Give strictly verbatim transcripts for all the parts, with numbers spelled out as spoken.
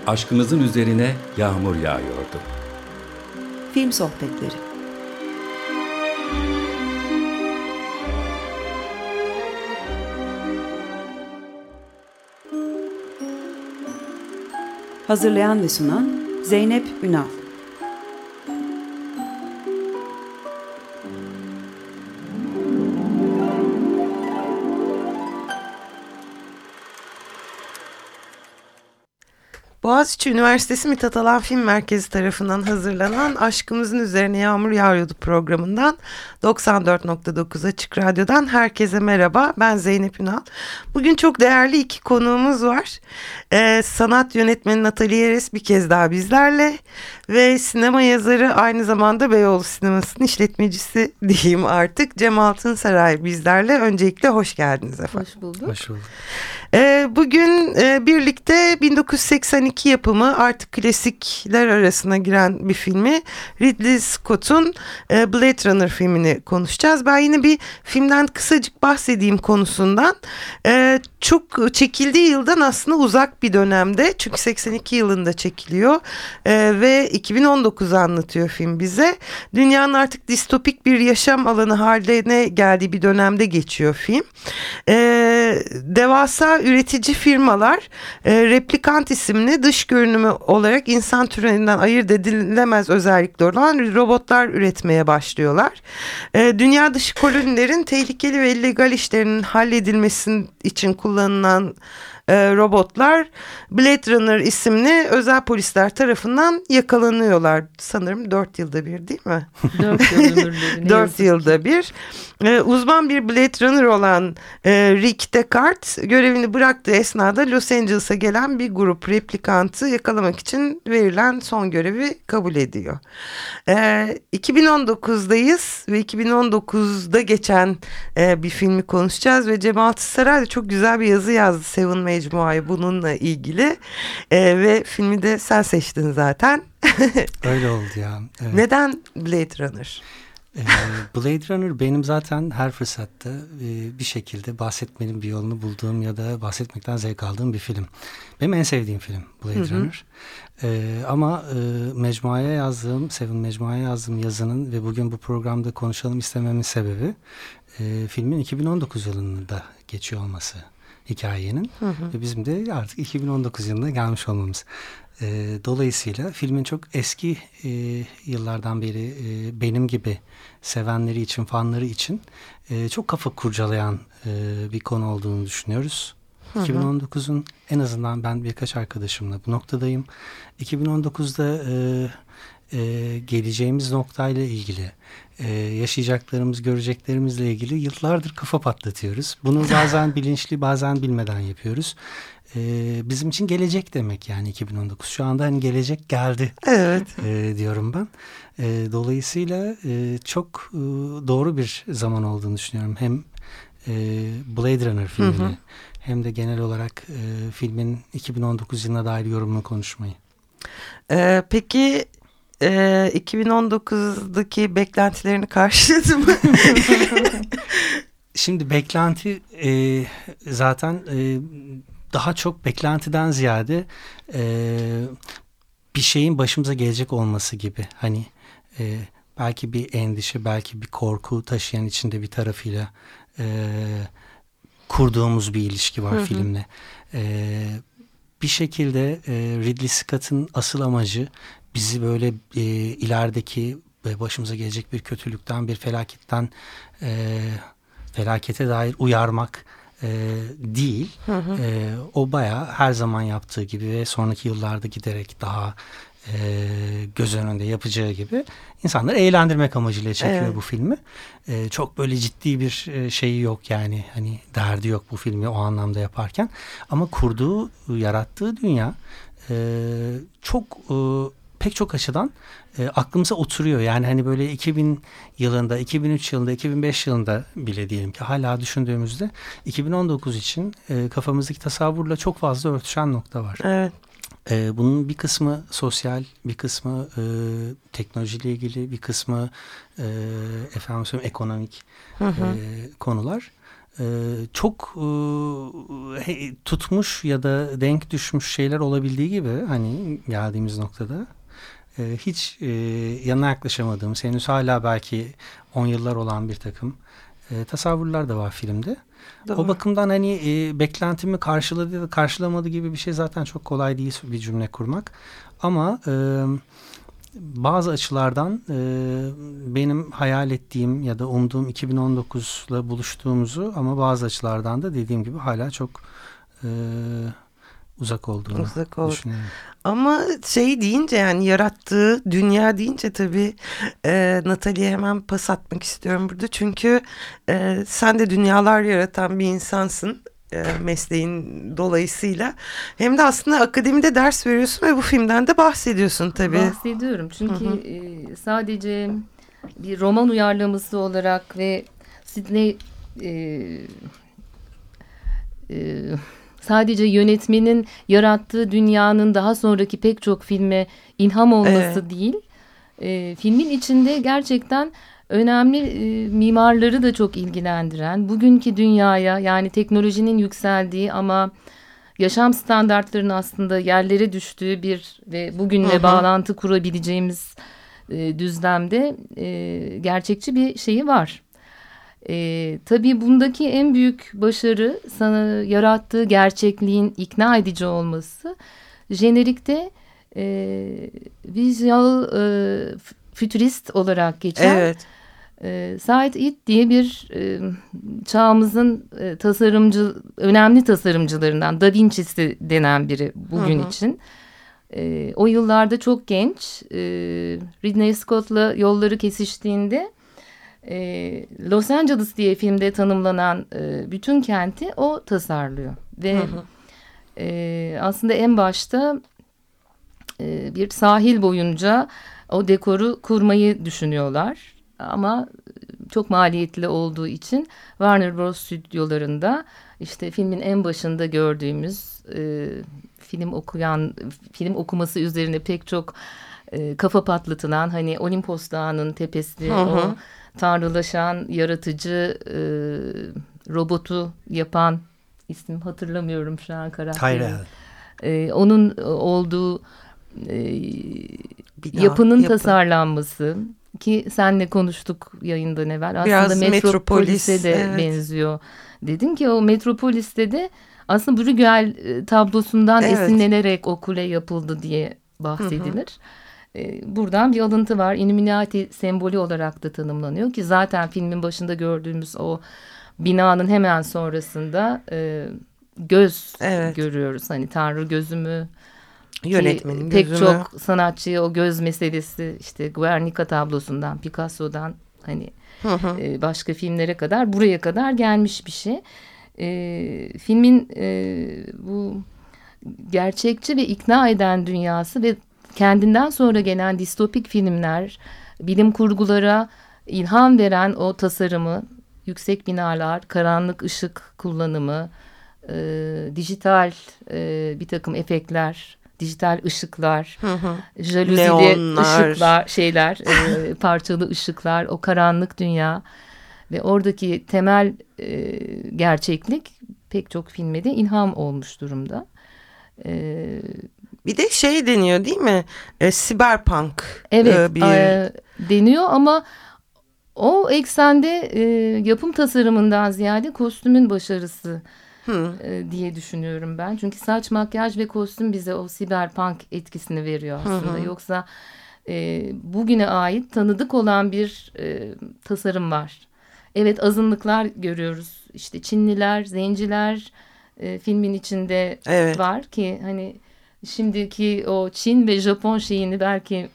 Aşkımızın üzerine yağmur yağıyordu. Film sohbetleri. Hazırlayan ve sunan Zeynep Ünal. Boğaziçi Üniversitesi Mithat Alan Film Merkezi tarafından hazırlanan Aşkımızın Üzerine Yağmur Yağıyordu programından doksan dört nokta dokuz Açık Radyo'dan herkese merhaba. Ben Zeynep Ünal. Bugün çok değerli iki konuğumuz var. Ee, sanat yönetmeni Nathalie Yeres bir kez daha bizlerle ve sinema yazarı, aynı zamanda Beyoğlu Sineması'nın işletmecisi diyeyim artık, Cem Altınsaray bizlerle. Öncelikle hoş geldiniz efendim. Hoş bulduk. Hoş bulduk. Ee, bugün e, birlikte bin dokuz yüz seksen iki yapımı, artık klasikler arasına giren bir filmi, Ridley Scott'un e, Blade Runner filmini konuşacağız. Ben yine bir filmden kısacık bahsedeyim konusundan. E, çok çekildiği yıldan aslında uzak bir dönemde, çünkü seksen iki yılında çekiliyor e, ve iki bin on dokuzu anlatıyor film bize. Dünyanın artık distopik bir yaşam alanı haline geldiği bir dönemde geçiyor film. E, devasa üretici firmalar e, Replikant isimli dış görünümü olarak insan türünden ayırt edilemez özellikle olan robotlar üretmeye başlıyorlar. E, dünya dışı kolonilerin tehlikeli ve illegal işlerinin halledilmesi için kullanılan e, robotlar Blade Runner isimli özel polisler tarafından yakalanıyorlar. Sanırım dört yılda bir, değil mi? Dört yılda bir. Dört yılda bir. Ee, uzman bir Blade Runner olan e, Rick Deckard görevini bıraktığı esnada Los Angeles'a gelen bir grup replikantı yakalamak için verilen son görevi kabul ediyor. Ee, iki bin on dokuzdayız ve iki bin on dokuzda geçen e, bir filmi konuşacağız ve Cem Altınsaray da çok güzel bir yazı yazdı Seven Mecmua'ya bununla ilgili e, ve filmi de sen seçtin zaten. Öyle oldu ya. Evet. Neden Blade Runner? Blade Runner benim zaten her fırsatta bir şekilde bahsetmenin bir yolunu bulduğum ya da bahsetmekten zevk aldığım bir film. Benim en sevdiğim film Blade hı hı. Runner. Ee, ama e, mecmuaya yazdığım, Seven Mecmuaya yazdığım yazının ve bugün bu programda konuşalım istememin sebebi e, filmin iki bin on dokuz yılında geçiyor olması hikayenin. Hı hı. Ve bizim de artık iki bin on dokuz yılına gelmiş olmamız. E, dolayısıyla filmin çok eski e, yıllardan beri e, benim gibi sevenleri için, fanları için e, çok kafa kurcalayan e, bir konu olduğunu düşünüyoruz. Hı hı. iki bin on dokuzun en azından ben birkaç arkadaşımla bu noktadayım. iki bin on dokuzda e, e, geleceğimiz noktayla ilgili, e, yaşayacaklarımız, göreceklerimizle ilgili yıllardır kafa patlatıyoruz. Bunu bazen bilinçli, bazen bilmeden yapıyoruz. Ee, bizim için gelecek demek yani iki bin on dokuz. Şu anda hani gelecek geldi. Evet. E, diyorum ben. E, dolayısıyla e, çok e, doğru bir zaman olduğunu düşünüyorum. Hem e, Blade Runner filmini, hı hı, hem de genel olarak e, filmin iki bin on dokuz yılına dair yorumunu konuşmayı. Ee, peki e, iki bin on dokuzdaki beklentilerini karşıladı mı? Şimdi beklenti e, zaten e, daha çok beklentiden ziyade e, bir şeyin başımıza gelecek olması gibi. Hani e, belki bir endişe, belki bir korku taşıyan içinde bir tarafıyla e, kurduğumuz bir ilişki var, hı hı, filmle. E, bir şekilde e, Ridley Scott'ın asıl amacı bizi böyle e, ilerideki başımıza gelecek bir kötülükten, bir felaketten e, felakete dair uyarmak e, değil. Hı hı. E, o bayağı her zaman yaptığı gibi ve sonraki yıllarda giderek daha e, göz önünde yapacağı gibi insanları eğlendirmek amacıyla çekiyor, evet, bu filmi. E, çok böyle ciddi bir şeyi yok yani, hani derdi yok bu filmi o anlamda yaparken. Ama kurduğu, yarattığı dünya e, çok e, pek çok açıdan e, aklımıza oturuyor. Yani hani böyle iki bin yılında, iki bin üç yılında, iki bin beş yılında bile diyelim ki hala düşündüğümüzde iki bin on dokuz için e, kafamızdaki tasavvurla çok fazla örtüşen nokta var. Evet. E, bunun bir kısmı sosyal, bir kısmı e, teknolojiyle ilgili, bir kısmı e, efendim söyleyeyim ekonomik, hı hı, e, konular. Ee, çok e, tutmuş ya da denk düşmüş şeyler olabildiği gibi hani geldiğimiz noktada e, hiç e, yanına yaklaşamadığımız, henüz hala belki on yıllar olan bir takım e, tasavvurlar da var filmde. Doğru. O bakımdan hani e, beklentimi karşıladı ya da karşılamadı gibi bir şey zaten çok kolay değil bir cümle kurmak. Ama e, bazı açılardan e, benim hayal ettiğim ya da umduğum iki bin on dokuzla buluştuğumuzu, ama bazı açılardan da dediğim gibi hala çok e, uzak olduğunu uzak düşünüyorum. Ama şey deyince, yani yarattığı dünya deyince tabii e, Nathalie'ye hemen pas atmak istiyorum burada. Çünkü e, sen de dünyalar yaratan bir insansın. E, mesleğin dolayısıyla, hem de aslında akademide ders veriyorsun ve bu filmden de bahsediyorsun tabii. Bahsediyorum çünkü hı hı. E, sadece bir roman uyarlaması olarak ve Sidney e, e, sadece yönetmenin yarattığı dünyanın daha sonraki pek çok filme ilham olması evet. değil, e, filmin içinde gerçekten önemli e, mimarları da çok ilgilendiren, bugünkü dünyaya, yani teknolojinin yükseldiği ama yaşam standartlarının aslında yerlere düştüğü bir ve bugünle hı hı. bağlantı kurabileceğimiz e, düzlemde e, gerçekçi bir şeyi var. E, tabii bundaki en büyük başarı sana yarattığı gerçekliğin ikna edici olması. Jenerikte e, visual e, fütürist olarak geçen evet. e, Said It diye bir e, çağımızın e, tasarımcı, önemli tasarımcılarından, Da Vinci'si denen biri bugün hı hı. için. E, o yıllarda çok genç, e, Ridley Scott'la yolları kesiştiğinde e, Los Angeles diye filmde tanımlanan e, bütün kenti o tasarlıyor. Ve hı hı. E, aslında en başta e, bir sahil boyunca o dekoru kurmayı düşünüyorlar. Ama çok maliyetli olduğu için Warner Bros. Stüdyolarında işte filmin en başında gördüğümüz e, film okuyan, film okuması üzerine pek çok e, kafa patlatılan, hani Olimpos Dağı'nın tepesi, hı hı. o tanrılaşan yaratıcı e, robotu yapan, ismini hatırlamıyorum şu an karakteri. Tyrell. E, onun olduğu e, yapının yapı. tasarlanması, ki senle konuştuk yayından evvel, biraz aslında Metropolis'e Metropolis, de evet. benziyor. Dedin ki o Metropolis'te de aslında Bruegel tablosundan evet. esinlenerek o kule yapıldı diye bahsedilir. Hı hı. Buradan bir alıntı var. Illuminati sembolü olarak da tanımlanıyor ki zaten filmin başında gördüğümüz o binanın hemen sonrasında e, göz evet. görüyoruz. Hani Tanrı gözü mü? Yönetmenin pek gözü çok mü? Sanatçıya o göz meselesi, işte Guernica tablosundan, Picasso'dan hani hı hı. E, başka filmlere kadar, buraya kadar gelmiş bir şey. E, filmin e, bu gerçekçi ve ikna eden dünyası ve kendinden sonra gelen distopik filmler, bilim kurgulara ilham veren o tasarımı, yüksek binalar, karanlık ışık kullanımı, e, dijital e, bir takım efektler, dijital ışıklar, hı hı. jaluzili ışıklar, şeyler, e, parçalı ışıklar, o karanlık dünya ve oradaki temel e, gerçeklik pek çok filme de ilham olmuş durumda. E, bir de şey deniyor değil mi? E, Cyberpunk. Evet, e, bir... e, deniyor ama o eksende e, yapım tasarımından ziyade kostümün başarısı e, diye düşünüyorum ben. Çünkü saç, makyaj ve kostüm bize o Cyberpunk etkisini veriyor aslında. Hı hı. Yoksa e, bugüne ait tanıdık olan bir e, tasarım var. Evet, azınlıklar görüyoruz. İşte Çinliler, Zenciler e, filmin içinde evet. var ki hani şimdiki o Çin ve Japon şeyini belki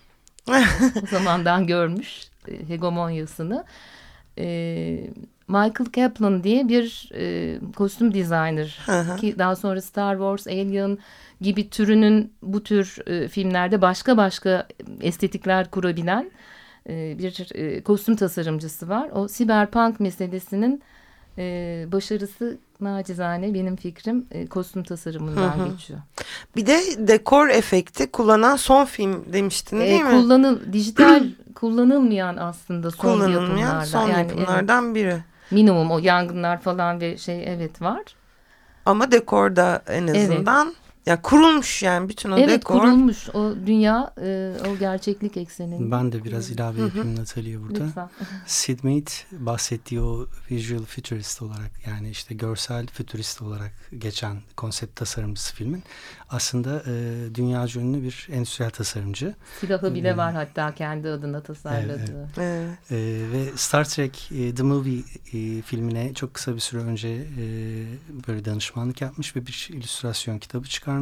o zamandan görmüş, e, hegemonyasını. E, Michael Kaplan diye bir e, kostüm designer ki daha sonra Star Wars, Alien gibi türünün bu tür e, filmlerde başka başka estetikler kurabilen e, bir e, kostüm tasarımcısı var. O Cyberpunk meselesinin e, başarısı nacizane benim fikrim e, kostüm tasarımından hı hı. geçiyor. Bir de dekor efekti kullanan son film demiştin değil e, mi? Kullanıl, dijital kullanılmayan aslında son kullanılmayan yapımlardan. son yani, yapımlardan evet. biri. minimum o yangınlar falan ve şey evet var. Ama dekorda en azından evet. Yani kurulmuş yani bütün o evet, dekor. Evet kurulmuş o dünya e, o gerçeklik ekseninde. Ben de biraz ilave yapayım Natalia burada. Lütfen. Sid Mead bahsettiği o visual futurist olarak yani işte görsel fütürist olarak geçen konsept tasarımcısı filmin aslında e, dünyaca ünlü bir endüstriyel tasarımcı. Silahı bile ee, var hatta kendi adına tasarladığı. Evet. Evet. E, ve Star Trek e, The Movie e, filmine çok kısa bir süre önce e, böyle danışmanlık yapmış ve bir illüstrasyon kitabı çıkarmış.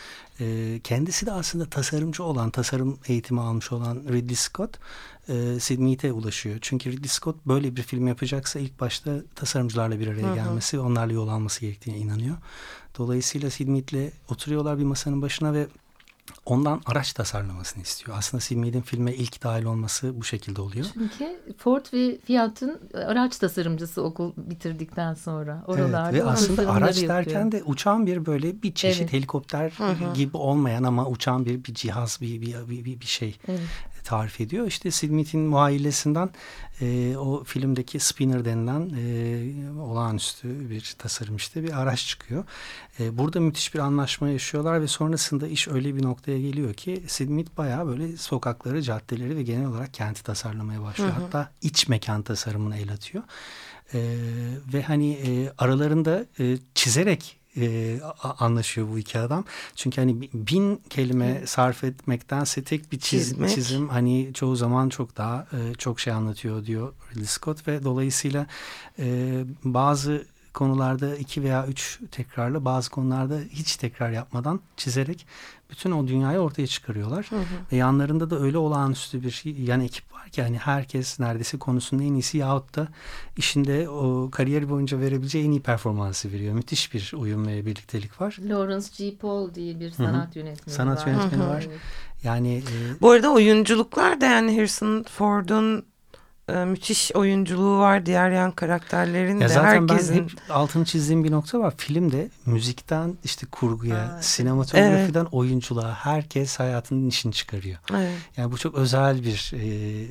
E, kendisi de aslında tasarımcı olan, tasarım eğitimi almış olan Ridley Scott e, Sid Mead'e ulaşıyor. Çünkü Ridley Scott böyle bir film yapacaksa ilk başta tasarımcılarla bir araya gelmesi ve onlarla yol alması gerektiğine inanıyor. Dolayısıyla Sid Mead'le oturuyorlar bir masanın başına ve ondan araç tasarlamasını istiyor. Aslında Sid Mead'in filme ilk dahil olması bu şekilde oluyor. Çünkü Ford ve Fiat'ın araç tasarımcısı okul bitirdikten sonra oralarda evet, ve aslında araç derken yapıyor. de uçan bir böyle bir çeşit evet. helikopter Hı-hı. gibi olmayan ama uçan bir bir cihaz bir bir bir, bir şey evet. tarif ediyor. İşte Sid Mead'in muayyilesinden e, o filmdeki Spinner denilen e, olağanüstü bir tasarım işte bir araç çıkıyor. E, burada müthiş bir anlaşma yaşıyorlar ve sonrasında iş öyle bir noktaya geliyor ki Sid Mead bayağı böyle sokakları, caddeleri ve genel olarak kenti tasarlamaya başlıyor. Hı hı. Hatta iç mekan tasarımına el atıyor. E, ve hani e, aralarında e, çizerek e, anlaşıyor bu iki adam. Çünkü hani bin kelime Hı. sarf etmektense tek bir çiz, çizim hani çoğu zaman çok daha e, çok şey anlatıyor diyor Ridley Scott ve dolayısıyla e, bazı konularda iki veya üç tekrarla bazı konularda hiç tekrar yapmadan çizerek bütün o dünyayı ortaya çıkarıyorlar. Hı hı. Ve yanlarında da öyle olağanüstü bir yan ekip var ki hani herkes neredeyse konusunun en iyisi yahut da işinde o kariyer boyunca verebileceği en iyi performansı veriyor. Müthiş bir uyum ve birliktelik var. Lawrence G. Paul diye bir sanat Hı-hı. yönetmeni sanat var. Sanat yönetmeni Hı-hı. var. Yani e, bu arada oyunculuklar da yani Harrison Ford'un Ee, müthiş oyunculuğu var. Diğer yan karakterlerin ya de zaten herkesin. Ben hep altını çizdiğim bir nokta var. Filmde müzikten işte kurguya, ha, sinematografiden evet. oyunculuğa herkes hayatının işini çıkarıyor. Evet. Yani bu çok özel bir e,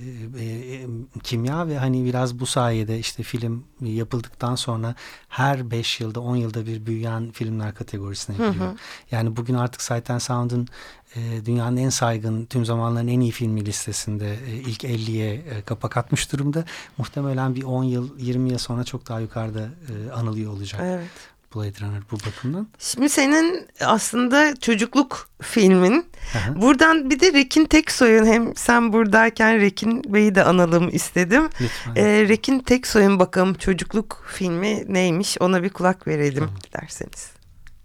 e, kimya ve hani biraz bu sayede işte film yapıldıktan sonra her beş yılda on yılda bir büyüyen filmler kategorisine giriyor. Hı hı. Yani bugün artık Sight and Sound'un E, dünyanın en saygın, tüm zamanların en iyi filmi listesinde e, ilk elliye e, kapak atmış durumda. Muhtemelen bir on yıl, yirmi yıl sonra çok daha yukarıda e, anılıyor olacak. Evet. Blade Runner bu bakımdan. Şimdi senin aslında çocukluk filmin. Aha. Buradan bir de Rekin Teksoy'un hem sen buradayken Rekin Bey'i de analım istedim. Lütfen. E, Rekin Teksoy'un bakalım çocukluk filmi neymiş ona bir kulak verelim Hı. derseniz.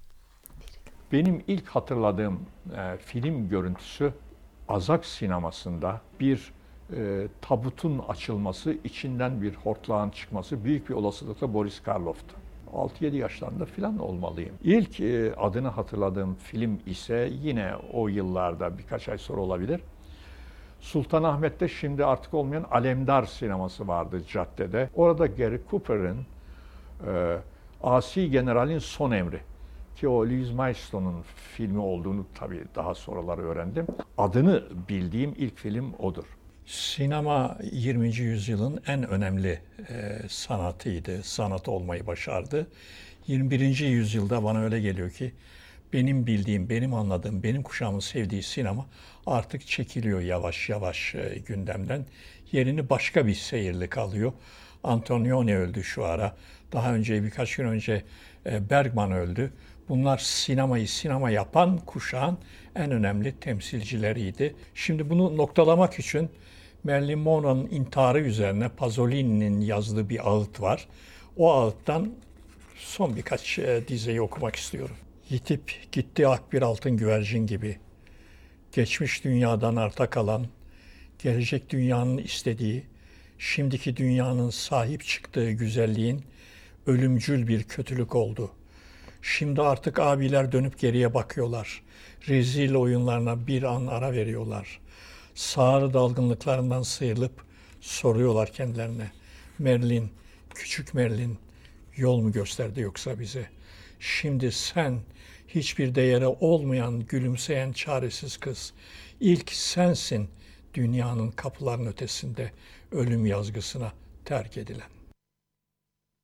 Benim ilk hatırladığım e, film görüntüsü Azak sinemasında bir e, tabutun açılması, içinden bir hortlağın çıkması büyük bir olasılıkla Boris Karloff'tu. altı yedi yaşlarında falan olmalıyım. İlk e, adını hatırladığım film ise yine o yıllarda birkaç ay sonra olabilir. Sultanahmet'te şimdi artık olmayan Alemdar sineması vardı caddede. Orada Gary Cooper'ın e, Asi General'in Son Emri. Ki o Louis Maistro'nun filmi olduğunu tabii daha sonraları öğrendim. Adını bildiğim ilk film odur. Sinema yirminci yüzyılın en önemli e, sanatıydı. Sanat olmayı başardı. yirmi birinci yüzyılda bana öyle geliyor ki benim bildiğim, benim anladığım, benim kuşağımın sevdiği sinema artık çekiliyor yavaş yavaş e, gündemden. Yerini başka bir seyirlik alıyor. Antonioni öldü şu ara. Daha önce birkaç gün önce e, Bergman öldü. Bunlar sinemayı sinema yapan kuşağın en önemli temsilcileriydi. Şimdi bunu noktalamak için Marilyn Monroe'nun intiharı üzerine Pasolini'nin yazdığı bir ağıt var. O ağıttan son birkaç dizeyi okumak istiyorum. Yitip gitti ak bir altın güvercin gibi. Geçmiş dünyadan arta kalan, gelecek dünyanın istediği, şimdiki dünyanın sahip çıktığı güzelliğin ölümcül bir kötülük oldu. Şimdi artık abiler dönüp geriye bakıyorlar. Rezil oyunlarına bir an ara veriyorlar. Sağır dalgınlıklarından sıyrılıp soruyorlar kendilerine. Merlin, küçük Merlin yol mu gösterdi yoksa bize? Şimdi sen hiçbir değeri olmayan gülümseyen çaresiz kız. İlk sensin dünyanın kapılarının ötesinde ölüm yazgısına terk edilen.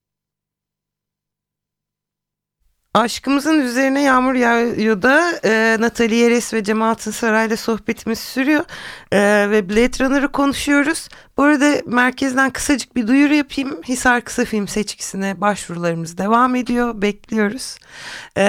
Aşkımızın Üzerine Yağmur Yağıyor'da e, Natalie Yeres ve Cem Altınsaray'la sohbetimiz sürüyor e, ve Blade Runner'ı konuşuyoruz. Bu arada merkezden kısacık bir duyuru yapayım. Hisar Kısa Film Seçkisi'ne başvurularımız devam ediyor. Bekliyoruz. E,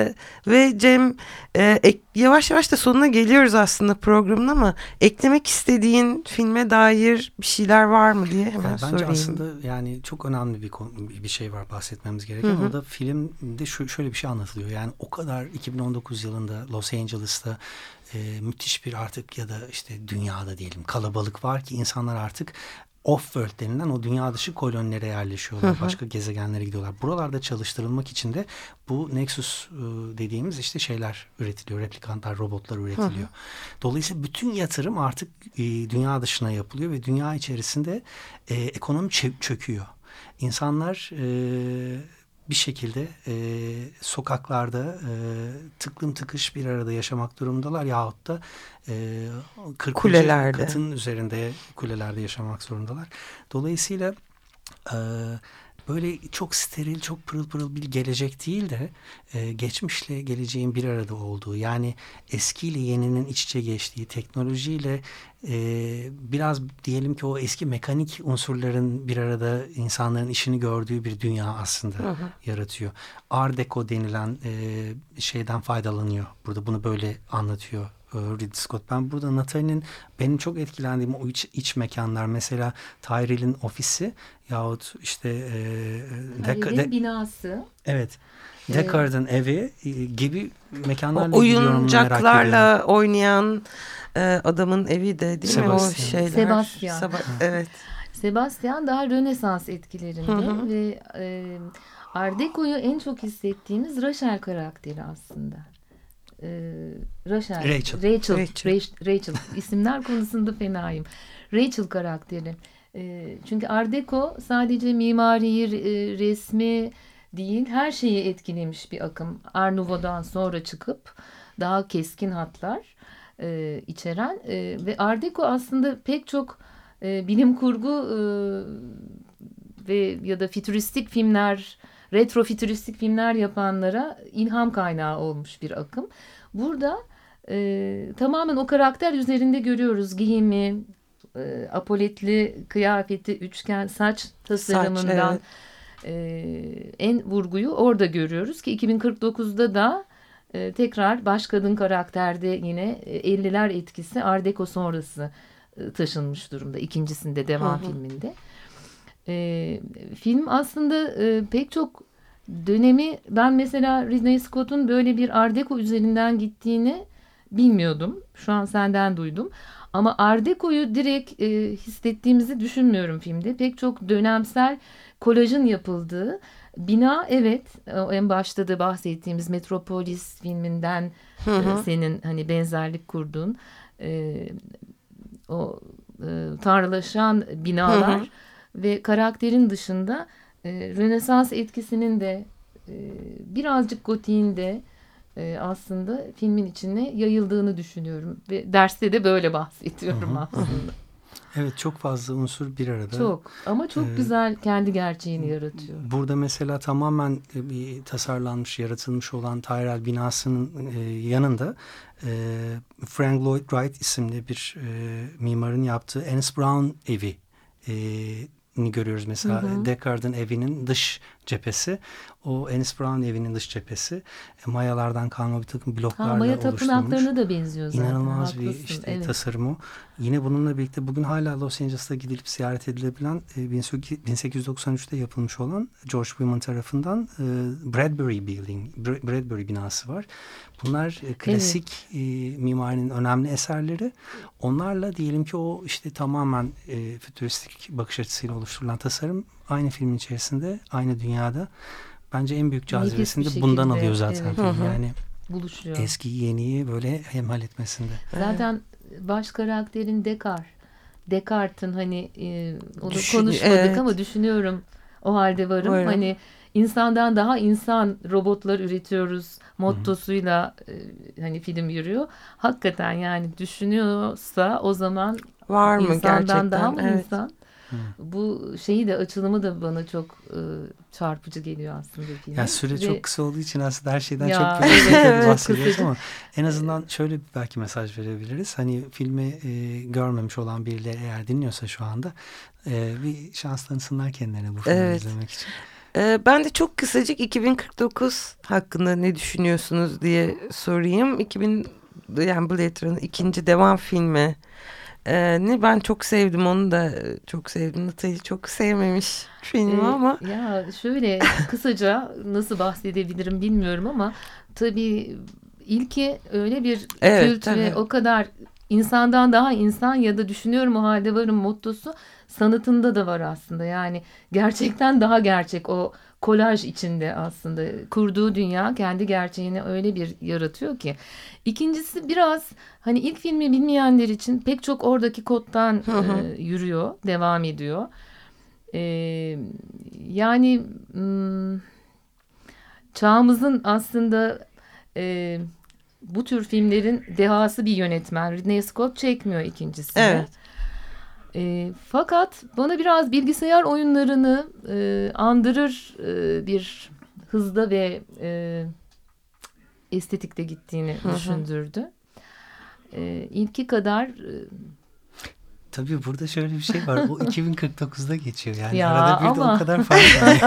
ve Cem e, ek, yavaş yavaş da sonuna geliyoruz aslında programın, ama eklemek istediğin filme dair bir şeyler var mı diye hemen Bence sorayım. Bence aslında yani çok önemli bir bir şey var bahsetmemiz gereken. Hı hı. Orada filmde şu, şöyle bir şey anlatılıyor. Yani o kadar iki bin on dokuz yılında Los Angeles'ta e, müthiş bir artık, ya da işte dünyada diyelim, kalabalık var ki insanlar artık off-world denilen o dünya dışı kolonilere yerleşiyorlar. Hı hı. Başka gezegenlere gidiyorlar. Buralarda çalıştırılmak için de bu Nexus e, dediğimiz işte şeyler üretiliyor. Replikantlar, robotlar üretiliyor. Hı hı. Dolayısıyla bütün yatırım artık e, dünya dışına yapılıyor ve dünya içerisinde e, ekonomi çöküyor. İnsanlar e, bir şekilde e, sokaklarda e, tıklım tıkış bir arada yaşamak durumundalar, yahut da e, kırkıncı katın üzerinde kulelerde yaşamak zorundalar. Dolayısıyla e, böyle çok steril, çok pırıl pırıl bir gelecek değil de e, geçmişle geleceğin bir arada olduğu, yani eskiyle yeninin iç içe geçtiği, teknolojiyle e, biraz diyelim ki o eski mekanik unsurların bir arada insanların işini gördüğü bir dünya aslında hı hı. yaratıyor. Art Deco denilen e, şeyden faydalanıyor. Burada bunu böyle anlatıyor Ridley Scott. Ben burada Natalie'nin benim çok etkilendiğim o iç, iç mekanlar, mesela Tyrell'in ofisi yahut işte e, Tyrell'in binası. Evet. Deckard'ın evet. evi e, gibi mekanlarla oyuncaklarla oynayan e, adamın evi de değil Sebastian. mi o şeyler? Sebastian. Seba- evet. Sebastian daha Rönesans etkilerinde hı hı. ve e, Art Deco'yu en çok hissettiğimiz Rachel karakteri aslında. Rachel, Rachel. Rachel, Rachel. Rachel, Rachel. İsimler konusunda fenayım. Rachel karakteri. Çünkü Art Deco sadece mimari, resmi değil, her şeyi etkilemiş bir akım. Art Nouveau'dan sonra çıkıp daha keskin hatlar içeren ve Art Deco aslında pek çok bilim kurgu ve ya da fütüristik filmler, retro fütüristik filmler yapanlara ilham kaynağı olmuş bir akım. Burada e, tamamen o karakter üzerinde görüyoruz. Giyimi, e, apoletli kıyafeti, üçgen saç tasarımından saç, evet. e, en vurguyu orada görüyoruz ki iki bin kırk dokuzda da e, tekrar baş kadın karakterde yine elliler etkisi Art Deco sonrası e, taşınmış durumda. İkincisinde devam hı hı. filminde. E, film aslında e, pek çok dönemi, ben mesela Ridley Scott'un böyle bir Art Deco üzerinden gittiğini bilmiyordum. Şu an senden duydum. Ama Art Deco'yu direkt e, hissettiğimizi düşünmüyorum filmde. Pek çok dönemsel kolajın yapıldığı bina, evet, en başta da bahsettiğimiz Metropolis filminden hı hı. E, senin hani benzerlik kurduğun e, o e, tanrılaşan binalar hı hı. ve karakterin dışında e, Rönesans etkisinin de e, birazcık gotiğin de e, aslında filmin içine yayıldığını düşünüyorum ve derste de böyle bahsediyorum hı hı. aslında. Evet, çok fazla unsur bir arada. Çok ama çok ee, güzel kendi gerçeğini yaratıyor. Burada mesela tamamen bir tasarlanmış, yaratılmış olan Tyrell binasının e, yanında e, Frank Lloyd Wright isimli bir e, mimarın yaptığı Ennis Brown evi e, ni görüyoruz mesela. Hı hı. Deckard'ın evinin dış cephesi, o Ennis Brown evinin dış cephesi e, mayalardan kalma bir takım bloklarla ha, maya oluşturulmuş. Maya tapınaklarına da benziyor zaten. İnanılmaz haklısın, bir işte evet. tasarımı. Yine bununla birlikte bugün hala Los Angeles'ta gidilip ziyaret edilebilen e, bin sekiz yüz doksan üçte yapılmış olan George Wyman tarafından e, Bradbury Building, Bradbury binası var. Bunlar e, klasik evet. e, mimarinin önemli eserleri. Onlarla diyelim ki o işte tamamen e, fütüristik bakış açısıyla oluşturulan tasarım aynı filmin içerisinde, aynı dünyada. Bence en büyük cazibesini de bundan alıyor zaten. Evet. Film. Yani buluşuyor. Eskiyi yeniyi böyle hemhal etmesinde. Zaten baş karakterin Descartes. Descartes'in hani e, onu Düşün, konuşmadık evet. ama düşünüyorum. O halde varım. Buyurun. Hani insandan daha insan robotlar üretiyoruz mottosuyla e, hani film yürüyor. Hakikaten yani düşünüyorsa o zaman var mı insandan gerçekten? daha mı evet. insan? Hı. Bu şeyi de açılımı da bana çok e, çarpıcı geliyor aslında filmin. Yani süre Ve, çok kısa olduğu için aslında her şeyden Ya, çok böyle evet, bahsediyoruz kısaca. ama en azından şöyle bir belki mesaj verebiliriz. Hani filmi e, görmemiş olan birileri eğer dinliyorsa şu anda e, bir şans tanısınlar kendilerine bu filmi Evet. izlemek için. Ee, ben de çok kısacık iki bin kırk dokuz hakkında ne düşünüyorsunuz diye sorayım. iki bin yani Blade Runner ikinci devam filmi. Ee, ne ben çok sevdim, onu da çok sevdim. Natalie çok sevmemiş filmi Ee, ama. Ya şöyle kısaca nasıl bahsedebilirim bilmiyorum ama tabii ilki öyle bir Evet, kült tabii. ve o kadar insandan daha insan ya da düşünüyorum o halde varım mottosu sanatında da var aslında. Yani gerçekten daha gerçek, o kolaj içinde aslında kurduğu dünya kendi gerçeğini öyle bir yaratıyor ki. İkincisi biraz hani ilk filmi bilmeyenler için pek çok oradaki koddan Hı hı. e, yürüyor, devam ediyor. E, yani m, çağımızın aslında e, bu tür filmlerin dehası bir yönetmen. Ridley Scott çekmiyor ikincisini. Evet. E, fakat bana biraz bilgisayar oyunlarını e, andırır e, bir hızda ve e, estetikte gittiğini Hı hı. düşündürdü. E, ilki kadar e, Tabii burada şöyle bir şey var. O iki bin kırk dokuzda geçiyor. Yani Ya arada bir de ama- o kadar fark var.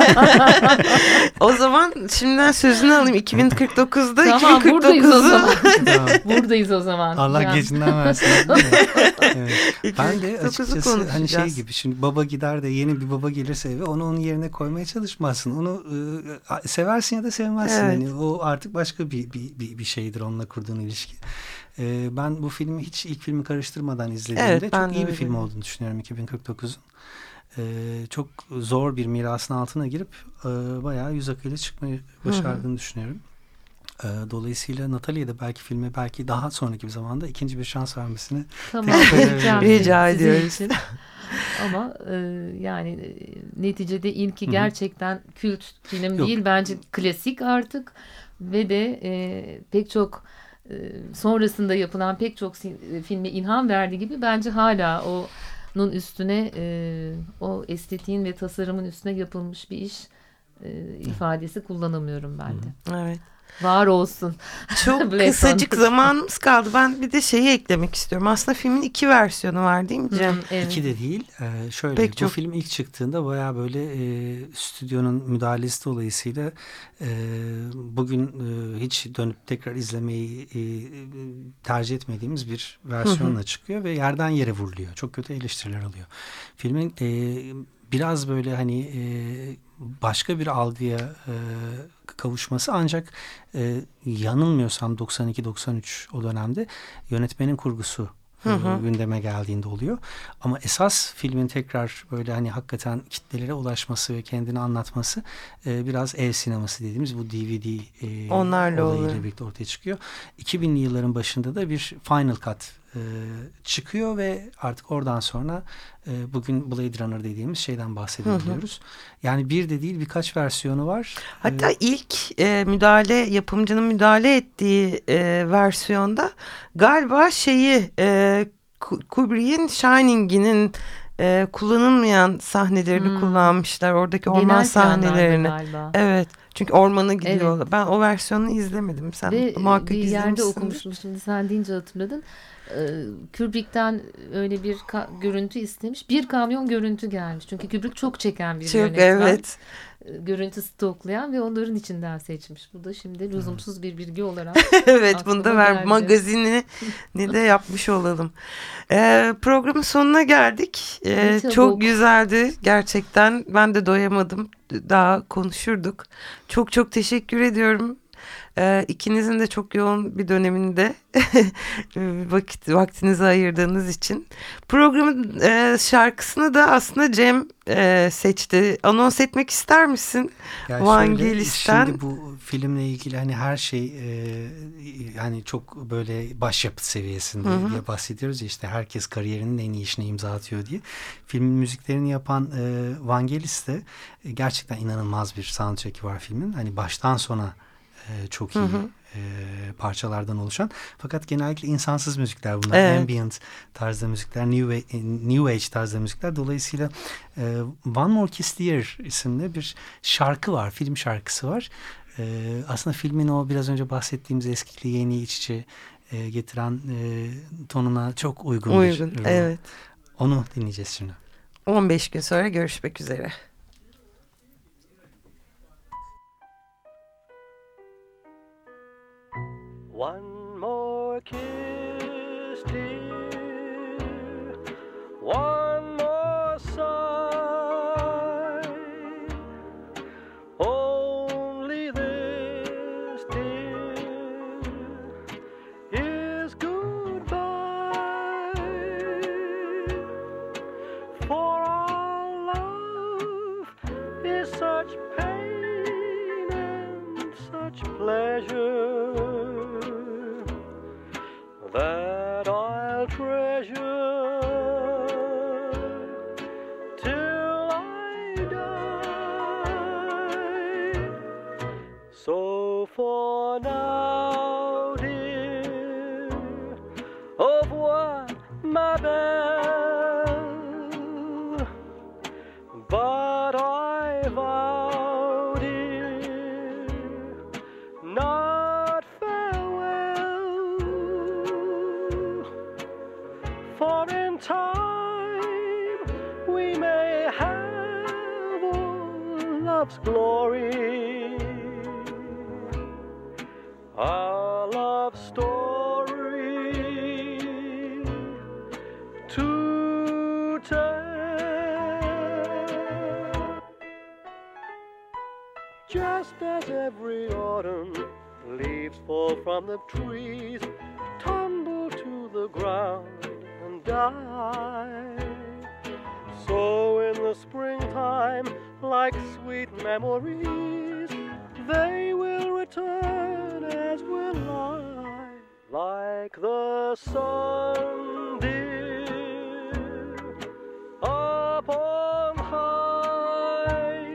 O zaman şimdiden sözünü alayım. iki bin kırk dokuzda tamam buradayız o iki bin kırk dokuzu zaman. Tamam. Buradayız o zaman. Allah Yani. gecinden versin. değil mi? Evet. Ben de iki bin kırk dokuzu açıkçası hani şey konuşacağız. gibi, şimdi baba gider de yeni bir baba gelirse eve onu onun yerine koymaya çalışmazsın. Onu e, seversin ya da sevmezsin. Evet. Hani o artık başka bir, bir, bir, bir şeydir onunla kurduğun ilişki. E, ben bu filmi hiç ilk filmi karıştırmadan izlediğimde Evet, ben çok de iyi bir öyle. film olduğunu düşünüyorum iki bin kırk dokuzun. E, çok zor bir mirasın altına girip e, bayağı yüz akıyla çıkmayı başardığını düşünüyorum. E, dolayısıyla Natalie'ye de belki filme belki daha sonraki bir zamanda ikinci bir şans vermesini Tamam, Teşekkür ederim. vereceğim Rica sizin ediyoruz. için. Ama e, yani e, neticede ilki Hı hı. gerçekten kült film Yok. değil. Bence klasik artık ve de e, pek çok e, sonrasında yapılan pek çok si- filme ilham verdiği gibi bence hala onun üstüne e, o estetiğin ve tasarımın üstüne yapılmış bir iş e, ifadesi kullanamıyorum ben de. Evet. Var olsun. Çok Blade kısacık Runner. zamanımız kaldı. Ben bir de şeyi eklemek istiyorum. Aslında filmin iki versiyonu var değil mi Cem? Hı, evet. İki de değil. Ee, şöyle Pek bu çok. film ilk çıktığında bayağı böyle e, stüdyonun müdahalesi dolayısıyla e, bugün e, hiç dönüp tekrar izlemeyi e, tercih etmediğimiz bir versiyonla çıkıyor ve yerden yere vuruluyor. Çok kötü eleştiriler alıyor. Filmin e, biraz böyle hani e, başka bir algıya e, kavuşması ancak e, yanılmıyorsam doksan iki doksan üç o dönemde yönetmenin kurgusu Hı hı. gündeme geldiğinde oluyor. Ama esas filmin tekrar böyle hani hakikaten kitlelere ulaşması ve kendini anlatması e, biraz ev sineması dediğimiz bu D V D e, Onlarla olayıyla oluyor. birlikte ortaya çıkıyor. iki binli yılların başında da bir Final Cut e, çıkıyor ve artık oradan sonra e, bugün Blade Runner dediğimiz şeyden bahsedebiliyoruz. Yani bir de değil birkaç versiyonu var. Hatta E, ilk e, müdahale yapımcının müdahale ettiği e, versiyonda galiba şeyi e, Ku- Kubrick'in Shining'inin e, kullanılmayan sahnelerini Hmm. kullanmışlar. Oradaki orman Genel planlarda sahnelerini. galiba. Evet. Çünkü ormana gidiyorlar. Ben o versiyonunu izlemedim. Sen Ve muhakkak bir yerde izlemişsindir. okumuştum, şimdi sen deyince hatırladın. Ee, Kubrick'ten öyle bir ka- görüntü istemiş. Bir kamyon görüntü gelmiş. Çünkü Kubrick çok çeken bir Çok yönetmen. evet. Ee, Görüntü stoklayan ve onların içinden seçmiş. Bu da şimdi lüzumsuz bir bilgi olarak. Evet, Aklıma bunu da ver. geldi. Magazini ne de yapmış olalım. Ee, programın sonuna geldik. Ee, Ne çabuk. çok güzeldi gerçekten. Ben de doyamadım. Daha konuşurduk. Çok çok teşekkür ediyorum. Ee, ikinizin de çok yoğun bir döneminde vakit vaktinizi ayırdığınız için. Programın e, şarkısını da aslında Cem e, seçti. Anons etmek ister misin? Yani Vangelis'ten. Şimdi bu filmle ilgili hani her şey e, yani çok böyle başyapıt seviyesinde Hı hı. diye bahsediyoruz ya, işte herkes kariyerinin en iyi işine imza atıyor diye. Filmin müziklerini yapan e, Vangelis de e, gerçekten inanılmaz bir soundtrack'i var filmin. Hani baştan sona e, çok iyi hı hı. E, parçalardan oluşan. Fakat genellikle insansız müzikler bunlar. Evet. Ambient tarzda müzikler, New, New Age tarzda müzikler. Dolayısıyla e, One More Kiss the Air isimli bir şarkı var. Film şarkısı var. E, aslında filmin o biraz önce bahsettiğimiz eskiliği yeni iç içe e, getiren e, tonuna çok uygun, uygun bir. Evet. Onu dinleyeceğiz şimdi. on beş gün sonra görüşmek üzere. One more kiss, dear. One more sigh. Only this, dear, is goodbye. For our love is such pain and such pleasure that I'll treasure till I die. So for now, dear, au revoir, ma belle. But I vow, dear, not farewell. For in time we may have all love's glory, our love story to tell. Just as every autumn leaves fall from the trees, tumble to the ground and die, so in the springtime, like sweet memories, they will return as will I, like the sun, dear, up on high,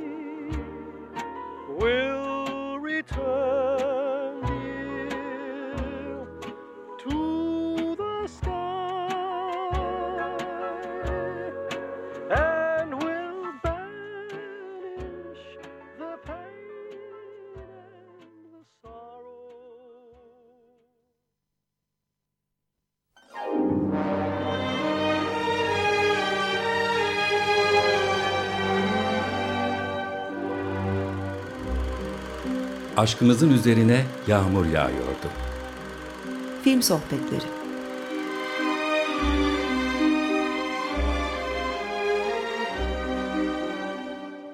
will return, dear, to the sky, and will banish the pain and the sorrow. Aşkımızın üzerine yağmur yağıyordu. Film sohbetleri.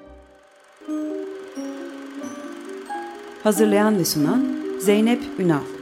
Hazırlayan ve sunan Zeynep Ünal.